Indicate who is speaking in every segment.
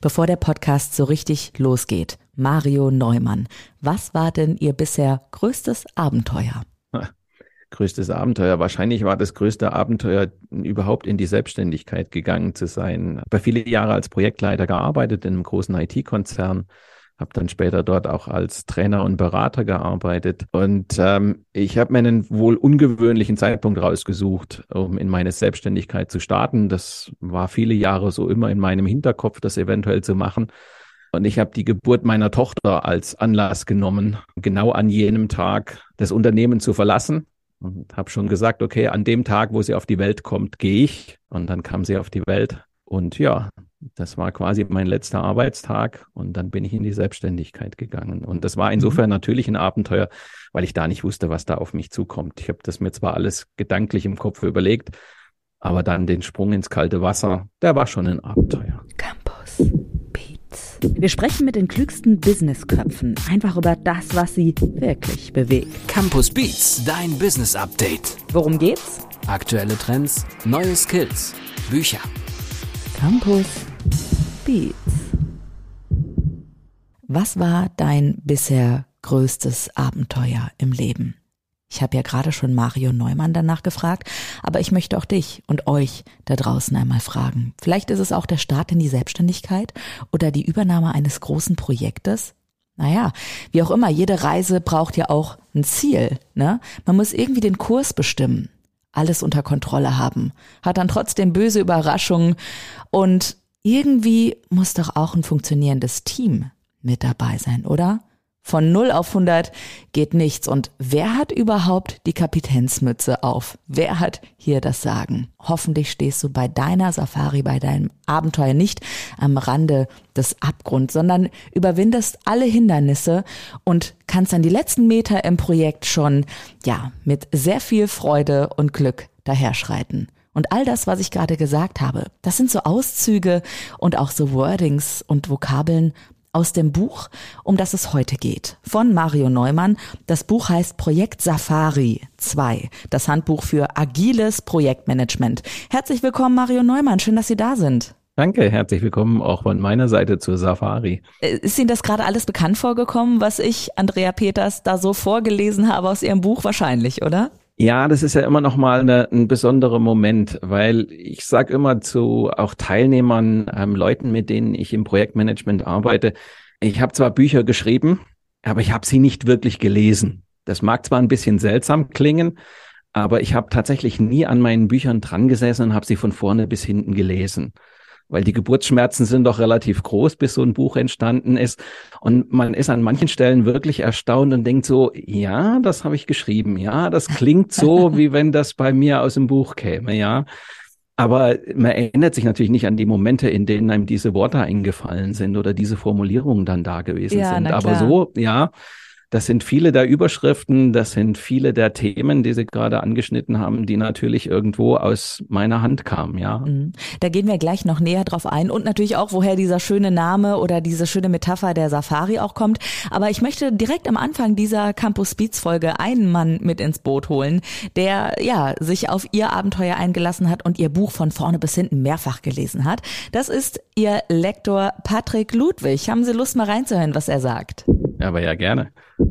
Speaker 1: bevor der Podcast so richtig losgeht. Mario Neumann, was war denn Ihr bisher größtes Abenteuer?
Speaker 2: Größtes Abenteuer. Wahrscheinlich war das größte Abenteuer, überhaupt in die Selbstständigkeit gegangen zu sein. Ich habe viele Jahre als Projektleiter gearbeitet in einem großen IT-Konzern, habe dann später dort auch als Trainer und Berater gearbeitet. Und ich habe mir einen wohl ungewöhnlichen Zeitpunkt rausgesucht, um in meine Selbstständigkeit zu starten. Das war viele Jahre so immer in meinem Hinterkopf, das eventuell zu machen. Und ich habe die Geburt meiner Tochter als Anlass genommen, genau an jenem Tag das Unternehmen zu verlassen. Und habe schon gesagt, okay, an dem Tag, wo sie auf die Welt kommt, gehe ich. Und dann kam sie auf die Welt. Und ja, das war quasi mein letzter Arbeitstag. Und dann bin ich in die Selbstständigkeit gegangen. Und das war insofern natürlich ein Abenteuer, weil ich da nicht wusste, was da auf mich zukommt. Ich habe das mir zwar alles gedanklich im Kopf überlegt, aber dann den Sprung ins kalte Wasser, der war schon ein Abenteuer.
Speaker 1: Campus Beats. Wir sprechen mit den klügsten Businessköpfen einfach über das, was sie wirklich bewegt.
Speaker 3: Campus Beats, dein Business Update.
Speaker 1: Worum geht's?
Speaker 3: Aktuelle Trends, neue Skills, Bücher.
Speaker 1: Campus Beats. Was war dein bisher größtes Abenteuer im Leben? Ich habe ja gerade schon Mario Neumann danach gefragt, aber ich möchte auch dich und euch da draußen einmal fragen. Vielleicht ist es auch der Start in die Selbstständigkeit oder die Übernahme eines großen Projektes. Naja, wie auch immer, jede Reise braucht ja auch ein Ziel, ne? Man muss irgendwie den Kurs bestimmen, alles unter Kontrolle haben, hat dann trotzdem böse Überraschungen und irgendwie muss doch auch ein funktionierendes Team mit dabei sein, oder? Von 0 auf 100 geht nichts. Und wer hat überhaupt die Kapitänsmütze auf? Wer hat hier das Sagen? Hoffentlich stehst du bei deiner Safari, bei deinem Abenteuer nicht am Rande des Abgrunds, sondern überwindest alle Hindernisse und kannst dann die letzten Meter im Projekt schon, mit sehr viel Freude und Glück daherschreiten. Und all das, was ich gerade gesagt habe, das sind so Auszüge und auch so Wordings und Vokabeln aus dem Buch, um das es heute geht, von Mario Neumann. Das Buch heißt Projekt Safari 2, das Handbuch für agiles Projektmanagement. Herzlich willkommen, Mario Neumann, schön, dass Sie da sind.
Speaker 2: Danke, herzlich willkommen auch von meiner Seite zur Safari.
Speaker 1: Ist Ihnen das gerade alles bekannt vorgekommen, was ich, Andrea Peters, da so vorgelesen habe aus Ihrem Buch? Wahrscheinlich, oder?
Speaker 2: Ja, das ist ja immer noch mal ein besonderer Moment, weil ich sage immer zu auch Teilnehmern, Leuten, mit denen ich im Projektmanagement arbeite, ich habe zwar Bücher geschrieben, aber ich habe sie nicht wirklich gelesen. Das mag zwar ein bisschen seltsam klingen, aber ich habe tatsächlich nie an meinen Büchern dran gesessen und habe sie von vorne bis hinten gelesen. Weil die Geburtsschmerzen sind doch relativ groß, bis so ein Buch entstanden ist. Und man ist an manchen Stellen wirklich erstaunt und denkt so, ja, das habe ich geschrieben. Ja, das klingt so, wie wenn das bei mir aus dem Buch käme, ja. Aber man erinnert sich natürlich nicht an die Momente, in denen einem diese Worte eingefallen sind oder diese Formulierungen dann da gewesen sind. Aber so, ja, das sind viele der Überschriften, das sind viele der Themen, die Sie gerade angeschnitten haben, die natürlich irgendwo aus meiner Hand kamen, ja.
Speaker 1: Da gehen wir gleich noch näher drauf ein und natürlich auch, woher dieser schöne Name oder diese schöne Metapher der Safari auch kommt. Aber ich möchte direkt am Anfang dieser Campus Beats Folge einen Mann mit ins Boot holen, der sich auf ihr Abenteuer eingelassen hat und ihr Buch von vorne bis hinten mehrfach gelesen hat. Das ist Ihr Lektor Patrick Ludwig. Haben Sie Lust mal reinzuhören, was er sagt?
Speaker 2: Aber ja, gerne.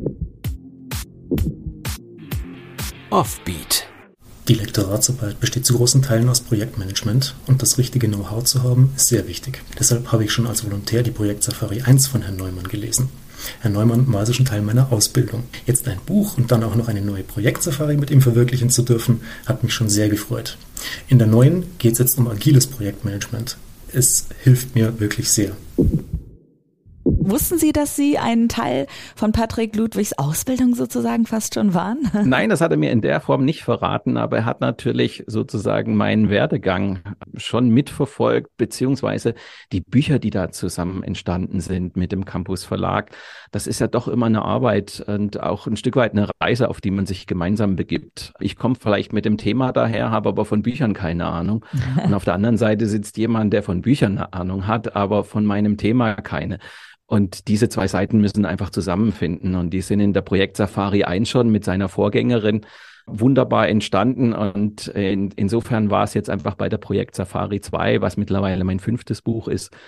Speaker 3: Offbeat.
Speaker 4: Die Lektoratsarbeit besteht zu großen Teilen aus Projektmanagement und das richtige Know-how zu haben, ist sehr wichtig. Deshalb habe ich schon als Volontär die Projekt Safari 1 von Herrn Neumann gelesen. Herr Neumann war also schon Teil meiner Ausbildung. Jetzt ein Buch und dann auch noch eine neue Projekt Safari mit ihm verwirklichen zu dürfen, hat mich schon sehr gefreut. In der neuen geht es jetzt um agiles Projektmanagement. Es hilft mir wirklich sehr.
Speaker 1: Wussten Sie, dass Sie ein Teil von Patrick Ludwigs Ausbildung sozusagen fast schon waren?
Speaker 2: Nein, das hat er mir in der Form nicht verraten, aber er hat natürlich sozusagen meinen Werdegang schon mitverfolgt, beziehungsweise die Bücher, die da zusammen entstanden sind mit dem Campus Verlag. Das ist ja doch immer eine Arbeit und auch ein Stück weit eine Reise, auf die man sich gemeinsam begibt. Ich komme vielleicht mit dem Thema daher, habe aber von Büchern keine Ahnung. Und auf der anderen Seite sitzt jemand, der von Büchern eine Ahnung hat, aber von meinem Thema keine. Und diese zwei Seiten müssen einfach zusammenfinden. Und die sind in der Projekt Safari 1 schon mit seiner Vorgängerin wunderbar entstanden. Und insofern war es jetzt einfach bei der Projekt Safari 2, was mittlerweile mein 5. Buch ist,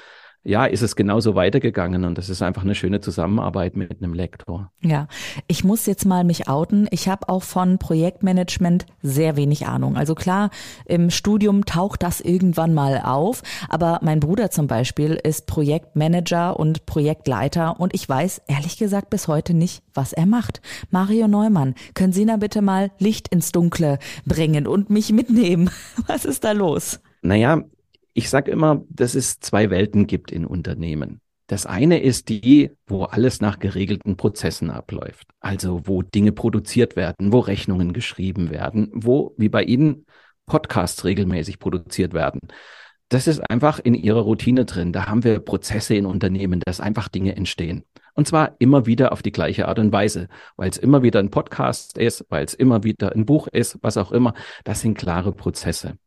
Speaker 2: ja, ist es genauso weitergegangen und das ist einfach eine schöne Zusammenarbeit mit einem Lektor.
Speaker 1: Ja, ich muss jetzt mal mich outen. Ich habe auch von Projektmanagement sehr wenig Ahnung. Also klar, im Studium taucht das irgendwann mal auf, aber mein Bruder zum Beispiel ist Projektmanager und Projektleiter und ich weiß ehrlich gesagt bis heute nicht, was er macht. Mario Neumann, können Sie da bitte mal Licht ins Dunkle bringen und mich mitnehmen? Was ist da los?
Speaker 2: Naja, ich sage immer, dass es zwei Welten gibt in Unternehmen. Das eine ist die, wo alles nach geregelten Prozessen abläuft. Also wo Dinge produziert werden, wo Rechnungen geschrieben werden, wo, wie bei Ihnen, Podcasts regelmäßig produziert werden. Das ist einfach in Ihrer Routine drin. Da haben wir Prozesse in Unternehmen, dass einfach Dinge entstehen. Und zwar immer wieder auf die gleiche Art und Weise, weil es immer wieder ein Podcast ist, weil es immer wieder ein Buch ist, was auch immer. Das sind klare Prozesse.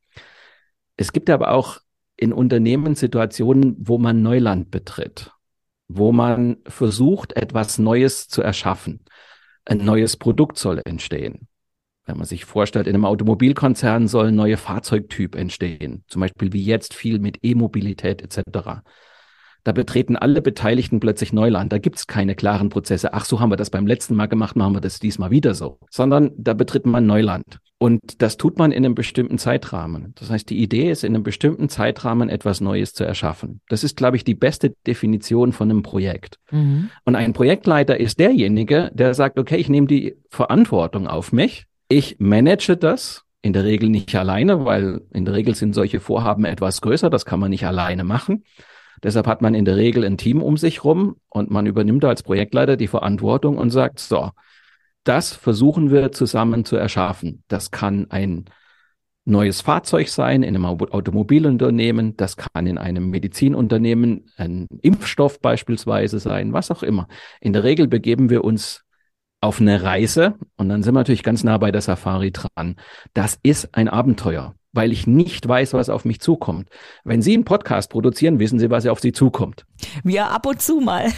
Speaker 2: Es gibt aber auch in Unternehmen Situationen, wo man Neuland betritt, wo man versucht, etwas Neues zu erschaffen. Ein neues Produkt soll entstehen. Wenn man sich vorstellt, in einem Automobilkonzern soll ein neuer Fahrzeugtyp entstehen, zum Beispiel wie jetzt viel mit E-Mobilität etc. Da betreten alle Beteiligten plötzlich Neuland. Da gibt es keine klaren Prozesse. Ach, so haben wir das beim letzten Mal gemacht, machen wir das diesmal wieder so. Sondern da betritt man Neuland. Und das tut man in einem bestimmten Zeitrahmen. Das heißt, die Idee ist, in einem bestimmten Zeitrahmen etwas Neues zu erschaffen. Das ist, glaube ich, die beste Definition von einem Projekt. Mhm. Und ein Projektleiter ist derjenige, der sagt, okay, ich nehme die Verantwortung auf mich. Ich manage das. In der Regel nicht alleine, weil in der Regel sind solche Vorhaben etwas größer. Das kann man nicht alleine machen. Deshalb hat man in der Regel ein Team um sich rum und man übernimmt als Projektleiter die Verantwortung und sagt, so, das versuchen wir zusammen zu erschaffen. Das kann ein neues Fahrzeug sein in einem Automobilunternehmen, das kann in einem Medizinunternehmen ein Impfstoff beispielsweise sein, was auch immer. In der Regel begeben wir uns auf eine Reise und dann sind wir natürlich ganz nah bei der Safari dran. Das ist ein Abenteuer, weil ich nicht weiß, was auf mich zukommt. Wenn Sie einen Podcast produzieren, wissen Sie, was auf Sie zukommt.
Speaker 1: Ja, ab und zu mal.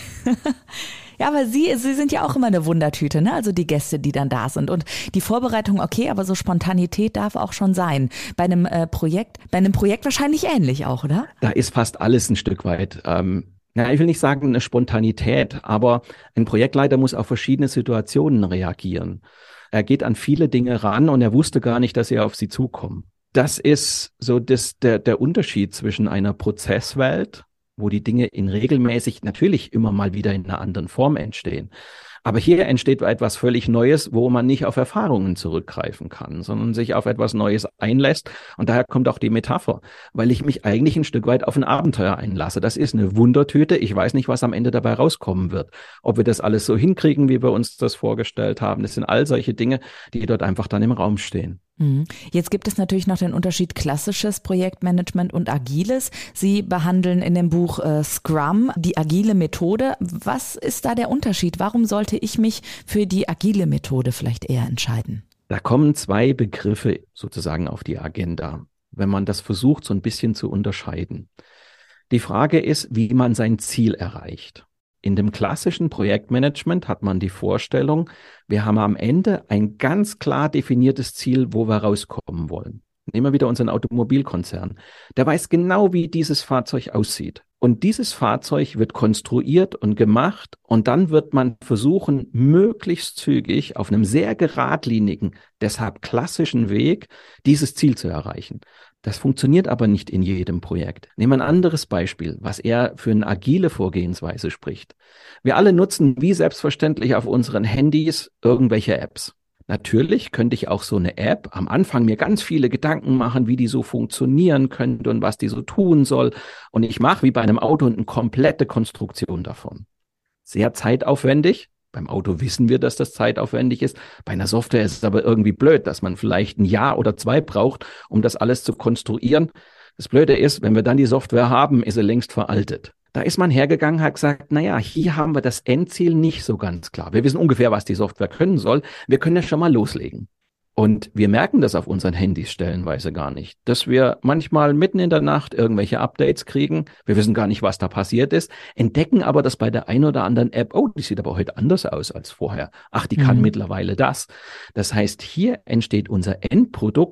Speaker 1: Ja, aber Sie sind ja auch immer eine Wundertüte, ne? Also die Gäste, die dann da sind. Und die Vorbereitung, okay, aber so Spontanität darf auch schon sein. Bei einem Projekt wahrscheinlich ähnlich auch, oder?
Speaker 2: Da ist fast alles ein Stück weit. Ja, ich will nicht sagen eine Spontanität, aber ein Projektleiter muss auf verschiedene Situationen reagieren. Er geht an viele Dinge ran und er wusste gar nicht, dass sie auf sie zukommen. Das ist so der Unterschied zwischen einer Prozesswelt, wo die Dinge in regelmäßig natürlich immer mal wieder in einer anderen Form entstehen. Aber hier entsteht etwas völlig Neues, wo man nicht auf Erfahrungen zurückgreifen kann, sondern sich auf etwas Neues einlässt. Und daher kommt auch die Metapher, weil ich mich eigentlich ein Stück weit auf ein Abenteuer einlasse. Das ist eine Wundertüte. Ich weiß nicht, was am Ende dabei rauskommen wird. Ob wir das alles so hinkriegen, wie wir uns das vorgestellt haben. Das sind all solche Dinge, die dort einfach dann im Raum stehen.
Speaker 1: Jetzt gibt es natürlich noch den Unterschied klassisches Projektmanagement und agiles. Sie behandeln in dem Buch Scrum die agile Methode. Was ist da der Unterschied? Warum sollte ich mich für die agile Methode vielleicht eher entscheiden?
Speaker 2: Da kommen zwei Begriffe sozusagen auf die Agenda, wenn man das versucht, so ein bisschen zu unterscheiden. Die Frage ist, wie man sein Ziel erreicht. In dem klassischen Projektmanagement hat man die Vorstellung, wir haben am Ende ein ganz klar definiertes Ziel, wo wir rauskommen wollen. Nehmen wir wieder unseren Automobilkonzern. Der weiß genau, wie dieses Fahrzeug aussieht. Und dieses Fahrzeug wird konstruiert und gemacht und dann wird man versuchen, möglichst zügig auf einem sehr geradlinigen, deshalb klassischen Weg dieses Ziel zu erreichen. Das funktioniert aber nicht in jedem Projekt. Nehmen wir ein anderes Beispiel, was eher für eine agile Vorgehensweise spricht. Wir alle nutzen wie selbstverständlich auf unseren Handys irgendwelche Apps. Natürlich könnte ich auch so eine App am Anfang mir ganz viele Gedanken machen, wie die so funktionieren könnte und was die so tun soll. Und ich mache wie bei einem Auto eine komplette Konstruktion davon. Sehr zeitaufwendig. Beim Auto wissen wir, dass das zeitaufwendig ist. Bei einer Software ist es aber irgendwie blöd, dass man vielleicht ein Jahr oder zwei braucht, um das alles zu konstruieren. Das Blöde ist, wenn wir dann die Software haben, ist sie längst veraltet. Da ist man hergegangen, hat gesagt, naja, hier haben wir das Endziel nicht so ganz klar. Wir wissen ungefähr, was die Software können soll. Wir können ja schon mal loslegen. Und wir merken das auf unseren Handys stellenweise gar nicht, dass wir manchmal mitten in der Nacht irgendwelche Updates kriegen. Wir wissen gar nicht, was da passiert ist, entdecken aber, dass bei der einen oder anderen App, oh, die sieht aber heute anders aus als vorher. Ach, die kann mittlerweile das. Das heißt, hier entsteht unser Endprodukt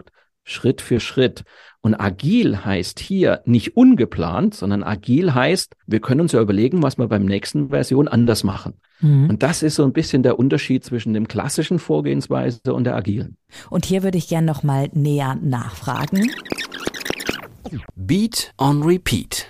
Speaker 2: Schritt für Schritt. Und agil heißt hier nicht ungeplant, sondern agil heißt, wir können uns ja überlegen, was wir beim nächsten Version anders machen. Und das ist so ein bisschen der Unterschied zwischen dem klassischen Vorgehensweise und der agilen.
Speaker 1: Und hier würde ich gerne noch mal näher nachfragen.
Speaker 3: Beat on Repeat.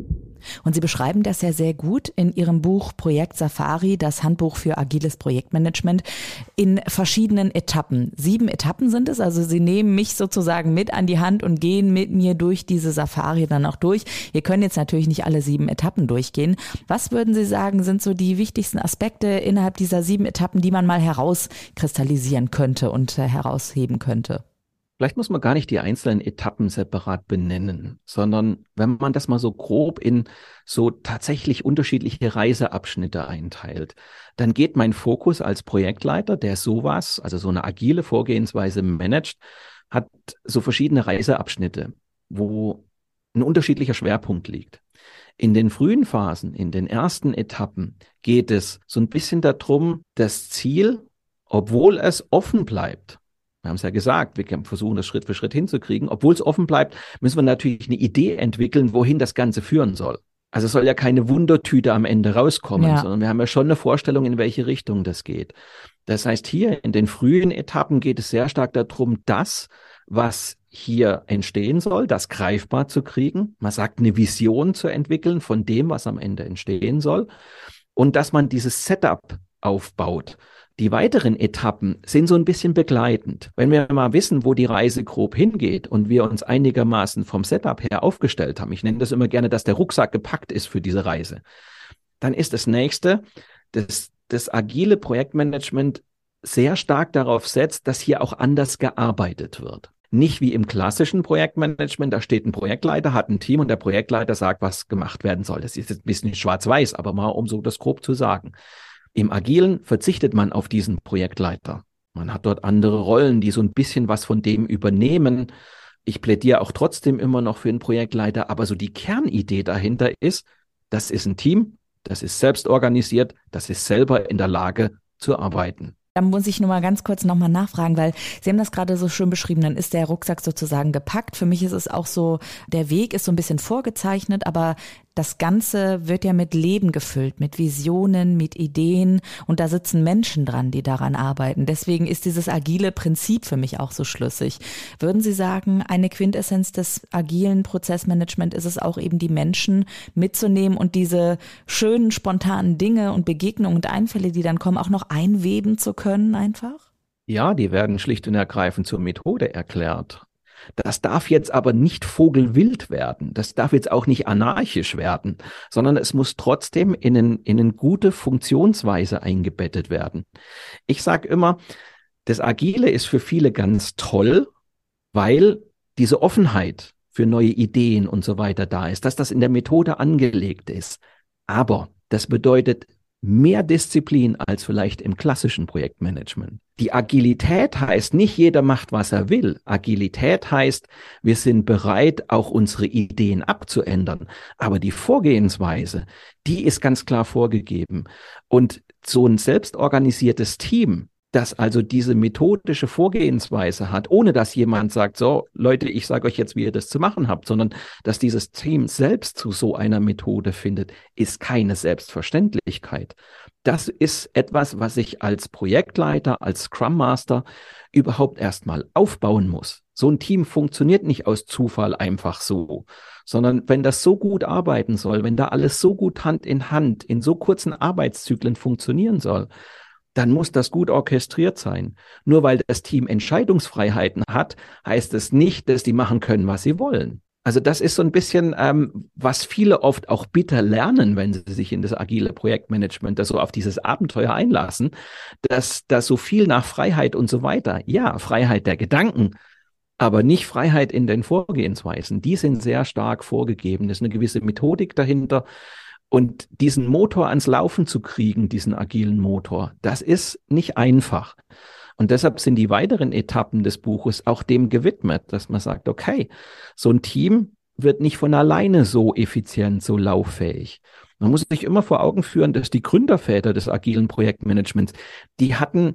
Speaker 1: Und Sie beschreiben das ja sehr gut in Ihrem Buch Projekt Safari, das Handbuch für agiles Projektmanagement, in verschiedenen Etappen. 7 Etappen sind es, also Sie nehmen mich sozusagen mit an die Hand und gehen mit mir durch diese Safari dann auch durch. Wir können jetzt natürlich nicht alle 7 Etappen durchgehen. Was würden Sie sagen, sind so die wichtigsten Aspekte innerhalb dieser 7 Etappen, die man mal herauskristallisieren könnte und herausheben könnte?
Speaker 2: Vielleicht muss man gar nicht die einzelnen Etappen separat benennen, sondern wenn man das mal so grob in so tatsächlich unterschiedliche Reiseabschnitte einteilt, dann geht mein Fokus als Projektleiter, der sowas, also so eine agile Vorgehensweise managt, hat so verschiedene Reiseabschnitte, wo ein unterschiedlicher Schwerpunkt liegt. In den frühen Phasen, in den ersten Etappen geht es so ein bisschen darum, das Ziel, obwohl es offen bleibt, wir haben es ja gesagt, wir versuchen das Schritt für Schritt hinzukriegen. Obwohl es offen bleibt, müssen wir natürlich eine Idee entwickeln, wohin das Ganze führen soll. Also es soll ja keine Wundertüte am Ende rauskommen, sondern wir haben ja schon eine Vorstellung, in welche Richtung das geht. Das heißt, hier in den frühen Etappen geht es sehr stark darum, das, was hier entstehen soll, das greifbar zu kriegen. Man sagt, eine Vision zu entwickeln von dem, was am Ende entstehen soll. Und dass man dieses Setup aufbaut. Die weiteren Etappen sind so ein bisschen begleitend. Wenn wir mal wissen, wo die Reise grob hingeht und wir uns einigermaßen vom Setup her aufgestellt haben, ich nenne das immer gerne, dass der Rucksack gepackt ist für diese Reise, dann ist das nächste, das agile Projektmanagement sehr stark darauf setzt, dass hier auch anders gearbeitet wird. Nicht wie im klassischen Projektmanagement, da steht ein Projektleiter, hat ein Team und der Projektleiter sagt, was gemacht werden soll. Das ist jetzt ein bisschen schwarz-weiß, aber mal um so das grob zu sagen. Im Agilen verzichtet man auf diesen Projektleiter. Man hat dort andere Rollen, die so ein bisschen was von dem übernehmen. Ich plädiere auch trotzdem immer noch für einen Projektleiter, aber so die Kernidee dahinter ist, das ist ein Team, das ist selbst organisiert, das ist selber in der Lage zu arbeiten.
Speaker 1: Da muss ich nur mal ganz kurz nochmal nachfragen, weil Sie haben das gerade so schön beschrieben, dann ist der Rucksack sozusagen gepackt. Für mich ist es auch so, der Weg ist so ein bisschen vorgezeichnet, aber das Ganze wird ja mit Leben gefüllt, mit Visionen, mit Ideen und da sitzen Menschen dran, die daran arbeiten. Deswegen ist dieses agile Prinzip für mich auch so schlüssig. Würden Sie sagen, eine Quintessenz des agilen Prozessmanagement ist es auch eben, die Menschen mitzunehmen und diese schönen, spontanen Dinge und Begegnungen und Einfälle, die dann kommen, auch noch einweben zu können einfach?
Speaker 2: Ja, die werden schlicht und ergreifend zur Methode erklärt. Das darf jetzt aber nicht vogelwild werden. Das darf jetzt auch nicht anarchisch werden, sondern es muss trotzdem in eine gute Funktionsweise eingebettet werden. Ich sage immer, das Agile ist für viele ganz toll, weil diese Offenheit für neue Ideen und so weiter da ist, dass das in der Methode angelegt ist. Aber das bedeutet mehr Disziplin als vielleicht im klassischen Projektmanagement. Die Agilität heißt, nicht jeder macht, was er will. Agilität heißt, wir sind bereit, auch unsere Ideen abzuändern. Aber die Vorgehensweise, die ist ganz klar vorgegeben. Und so ein selbstorganisiertes Team, das also diese methodische Vorgehensweise hat, ohne dass jemand sagt, so Leute, ich sage euch jetzt, wie ihr das zu machen habt, sondern dass dieses Team selbst zu so einer Methode findet, ist keine Selbstverständlichkeit. Das ist etwas, was ich als Projektleiter, als Scrum Master überhaupt erstmal aufbauen muss. So ein Team funktioniert nicht aus Zufall einfach so, sondern wenn das so gut arbeiten soll, wenn da alles so gut Hand in so kurzen Arbeitszyklen funktionieren soll, dann muss das gut orchestriert sein. Nur weil das Team Entscheidungsfreiheiten hat, heißt es nicht, dass die machen können, was sie wollen. Also das ist so ein bisschen, was viele oft auch bitter lernen, wenn sie sich in das agile Projektmanagement, das so auf dieses Abenteuer einlassen, dass da so viel nach Freiheit und so weiter. Ja, Freiheit der Gedanken, aber nicht Freiheit in den Vorgehensweisen. Die sind sehr stark vorgegeben. Es ist eine gewisse Methodik dahinter. Und diesen Motor ans Laufen zu kriegen, diesen agilen Motor, das ist nicht einfach. Und deshalb sind die weiteren Etappen des Buches auch dem gewidmet, dass man sagt, okay, so ein Team wird nicht von alleine so effizient, so lauffähig. Man muss sich immer vor Augen führen, dass die Gründerväter des agilen Projektmanagements, die hatten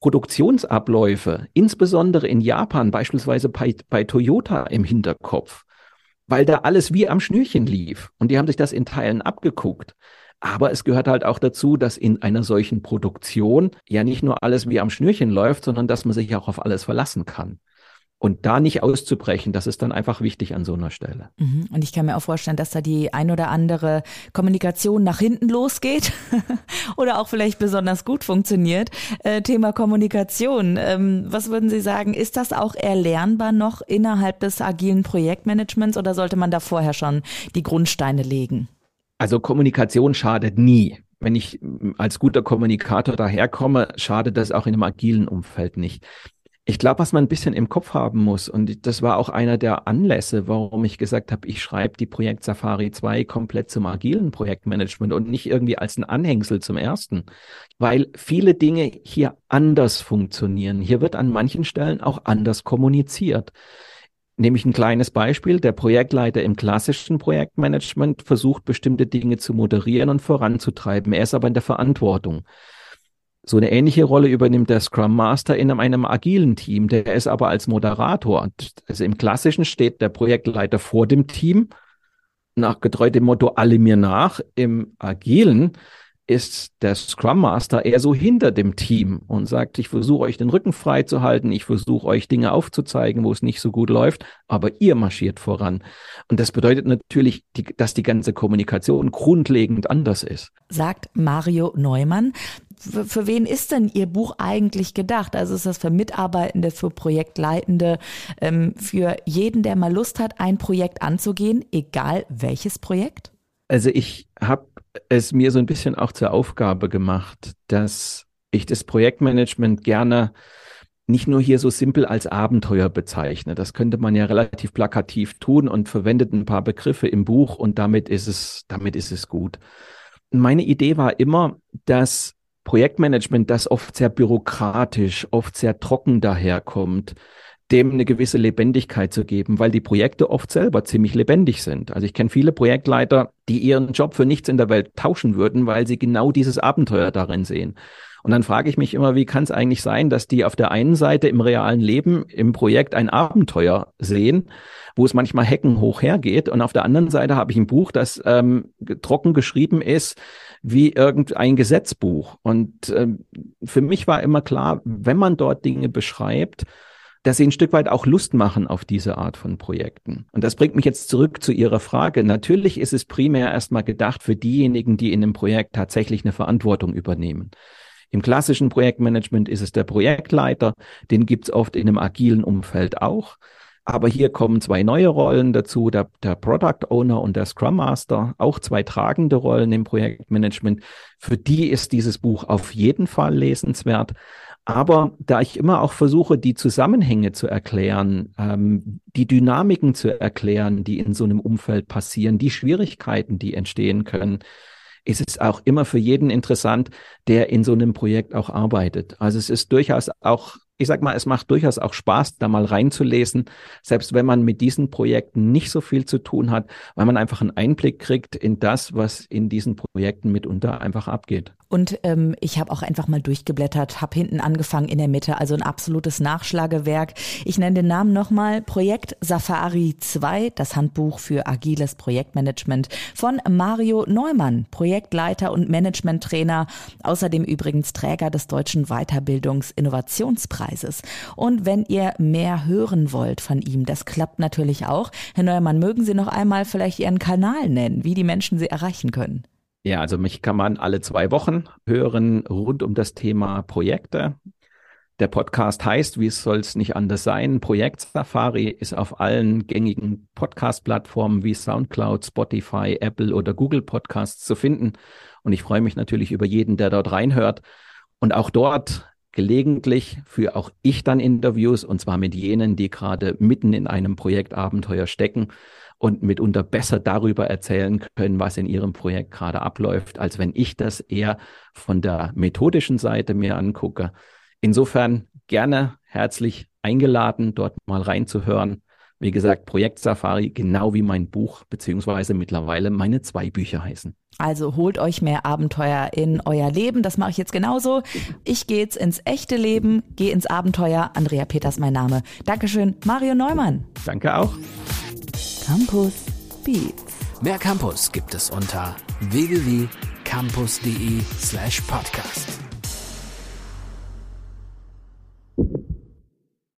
Speaker 2: Produktionsabläufe, insbesondere in Japan, beispielsweise bei Toyota im Hinterkopf, weil da alles wie am Schnürchen lief. Und die haben sich das in Teilen abgeguckt. Aber es gehört halt auch dazu, dass in einer solchen Produktion ja nicht nur alles wie am Schnürchen läuft, sondern dass man sich auch auf alles verlassen kann. Und da nicht auszubrechen, das ist dann einfach wichtig an so einer Stelle.
Speaker 1: Und ich kann mir auch vorstellen, dass da die ein oder andere Kommunikation nach hinten losgeht oder auch vielleicht besonders gut funktioniert. Thema Kommunikation. Was würden Sie sagen, ist das auch erlernbar noch innerhalb des agilen Projektmanagements oder sollte man da vorher schon die Grundsteine legen?
Speaker 2: Also Kommunikation schadet nie. Wenn ich als guter Kommunikator daherkomme, schadet das auch in einem agilen Umfeld nicht. Ich glaube, was man ein bisschen im Kopf haben muss, und das war auch einer der Anlässe, warum ich gesagt habe, ich schreibe die Projekt Safari 2 komplett zum agilen Projektmanagement und nicht irgendwie als ein Anhängsel zum ersten, weil viele Dinge hier anders funktionieren. Hier wird an manchen Stellen auch anders kommuniziert. Nämlich ein kleines Beispiel, der Projektleiter im klassischen Projektmanagement versucht, bestimmte Dinge zu moderieren und voranzutreiben. Er ist aber in der Verantwortung. So eine ähnliche Rolle übernimmt der Scrum Master in einem agilen Team, der ist aber als Moderator. Also im Klassischen steht der Projektleiter vor dem Team, getreu dem Motto, alle mir nach. Im Agilen ist der Scrum Master eher so hinter dem Team und sagt, ich versuche euch den Rücken frei zu halten, ich versuche euch Dinge aufzuzeigen, wo es nicht so gut läuft, aber ihr marschiert voran. Und das bedeutet natürlich, dass die ganze Kommunikation grundlegend anders ist.
Speaker 1: Sagt Mario Neumann. Für wen ist denn Ihr Buch eigentlich gedacht? Also ist das für Mitarbeitende, für Projektleitende, für jeden, der mal Lust hat, ein Projekt anzugehen, egal welches Projekt?
Speaker 2: Also ich habe es mir so ein bisschen auch zur Aufgabe gemacht, dass ich das Projektmanagement gerne nicht nur hier so simpel als Abenteuer bezeichne. Das könnte man ja relativ plakativ tun und verwendet ein paar Begriffe im Buch und damit ist es gut. Meine Idee war immer, dass Projektmanagement, das oft sehr bürokratisch, oft sehr trocken daherkommt, dem eine gewisse Lebendigkeit zu geben, weil die Projekte oft selber ziemlich lebendig sind. Also ich kenne viele Projektleiter, die ihren Job für nichts in der Welt tauschen würden, weil sie genau dieses Abenteuer darin sehen. Und dann frage ich mich immer, wie kann es eigentlich sein, dass die auf der einen Seite im realen Leben im Projekt ein Abenteuer sehen, wo es manchmal heckenhoch hergeht, und auf der anderen Seite habe ich ein Buch, das trocken geschrieben ist, wie irgendein Gesetzbuch. Und für mich war immer klar, wenn man dort Dinge beschreibt, dass sie ein Stück weit auch Lust machen auf diese Art von Projekten. Und das bringt mich jetzt zurück zu Ihrer Frage. Natürlich ist es primär erstmal gedacht für diejenigen, die in einem Projekt tatsächlich eine Verantwortung übernehmen. Im klassischen Projektmanagement ist es der Projektleiter, den gibt's oft in einem agilen Umfeld auch. Aber hier kommen zwei neue Rollen dazu, der Product Owner und der Scrum Master, auch zwei tragende Rollen im Projektmanagement. Für die ist dieses Buch auf jeden Fall lesenswert. Aber da ich immer auch versuche, die Zusammenhänge zu erklären, die Dynamiken zu erklären, die in so einem Umfeld passieren, die Schwierigkeiten, die entstehen können, ist es auch immer für jeden interessant, der in so einem Projekt auch arbeitet. Also es ist durchaus auch, ich sag mal, es macht durchaus auch Spaß, da mal reinzulesen, selbst wenn man mit diesen Projekten nicht so viel zu tun hat, weil man einfach einen Einblick kriegt in das, was in diesen Projekten mitunter einfach abgeht.
Speaker 1: Und ich habe auch einfach mal durchgeblättert, habe hinten angefangen in der Mitte, also ein absolutes Nachschlagewerk. Ich nenne den Namen nochmal, Projekt Safari 2, das Handbuch für agiles Projektmanagement von Mario Neumann, Projektleiter und Managementtrainer, außerdem übrigens Träger des Deutschen Weiterbildungs-Innovationspreises. Und wenn ihr mehr hören wollt von ihm, das klappt natürlich auch. Herr Neumann, mögen Sie noch einmal vielleicht Ihren Kanal nennen, wie die Menschen Sie erreichen können?
Speaker 2: Ja, also mich kann man alle 2 Wochen hören rund um das Thema Projekte. Der Podcast heißt, wie soll es nicht anders sein, Projekt Safari, ist auf allen gängigen Podcast-Plattformen wie SoundCloud, Spotify, Apple oder Google Podcasts zu finden. Und ich freue mich natürlich über jeden, der dort reinhört. Und auch dort gelegentlich führe auch ich dann Interviews, und zwar mit jenen, die gerade mitten in einem Projektabenteuer stecken und mitunter besser darüber erzählen können, was in ihrem Projekt gerade abläuft, als wenn ich das eher von der methodischen Seite mir angucke. Insofern gerne herzlich eingeladen, dort mal reinzuhören. Wie gesagt, Projekt Safari, genau wie mein Buch, beziehungsweise mittlerweile meine 2 Bücher heißen.
Speaker 1: Also holt euch mehr Abenteuer in euer Leben. Das mache ich jetzt genauso. Ich gehe jetzt ins echte Leben, gehe ins Abenteuer. Andrea Peters mein Name. Dankeschön, Mario Neumann.
Speaker 2: Danke auch.
Speaker 1: Campus Beats.
Speaker 3: Mehr Campus gibt es unter www.campus.de/podcast.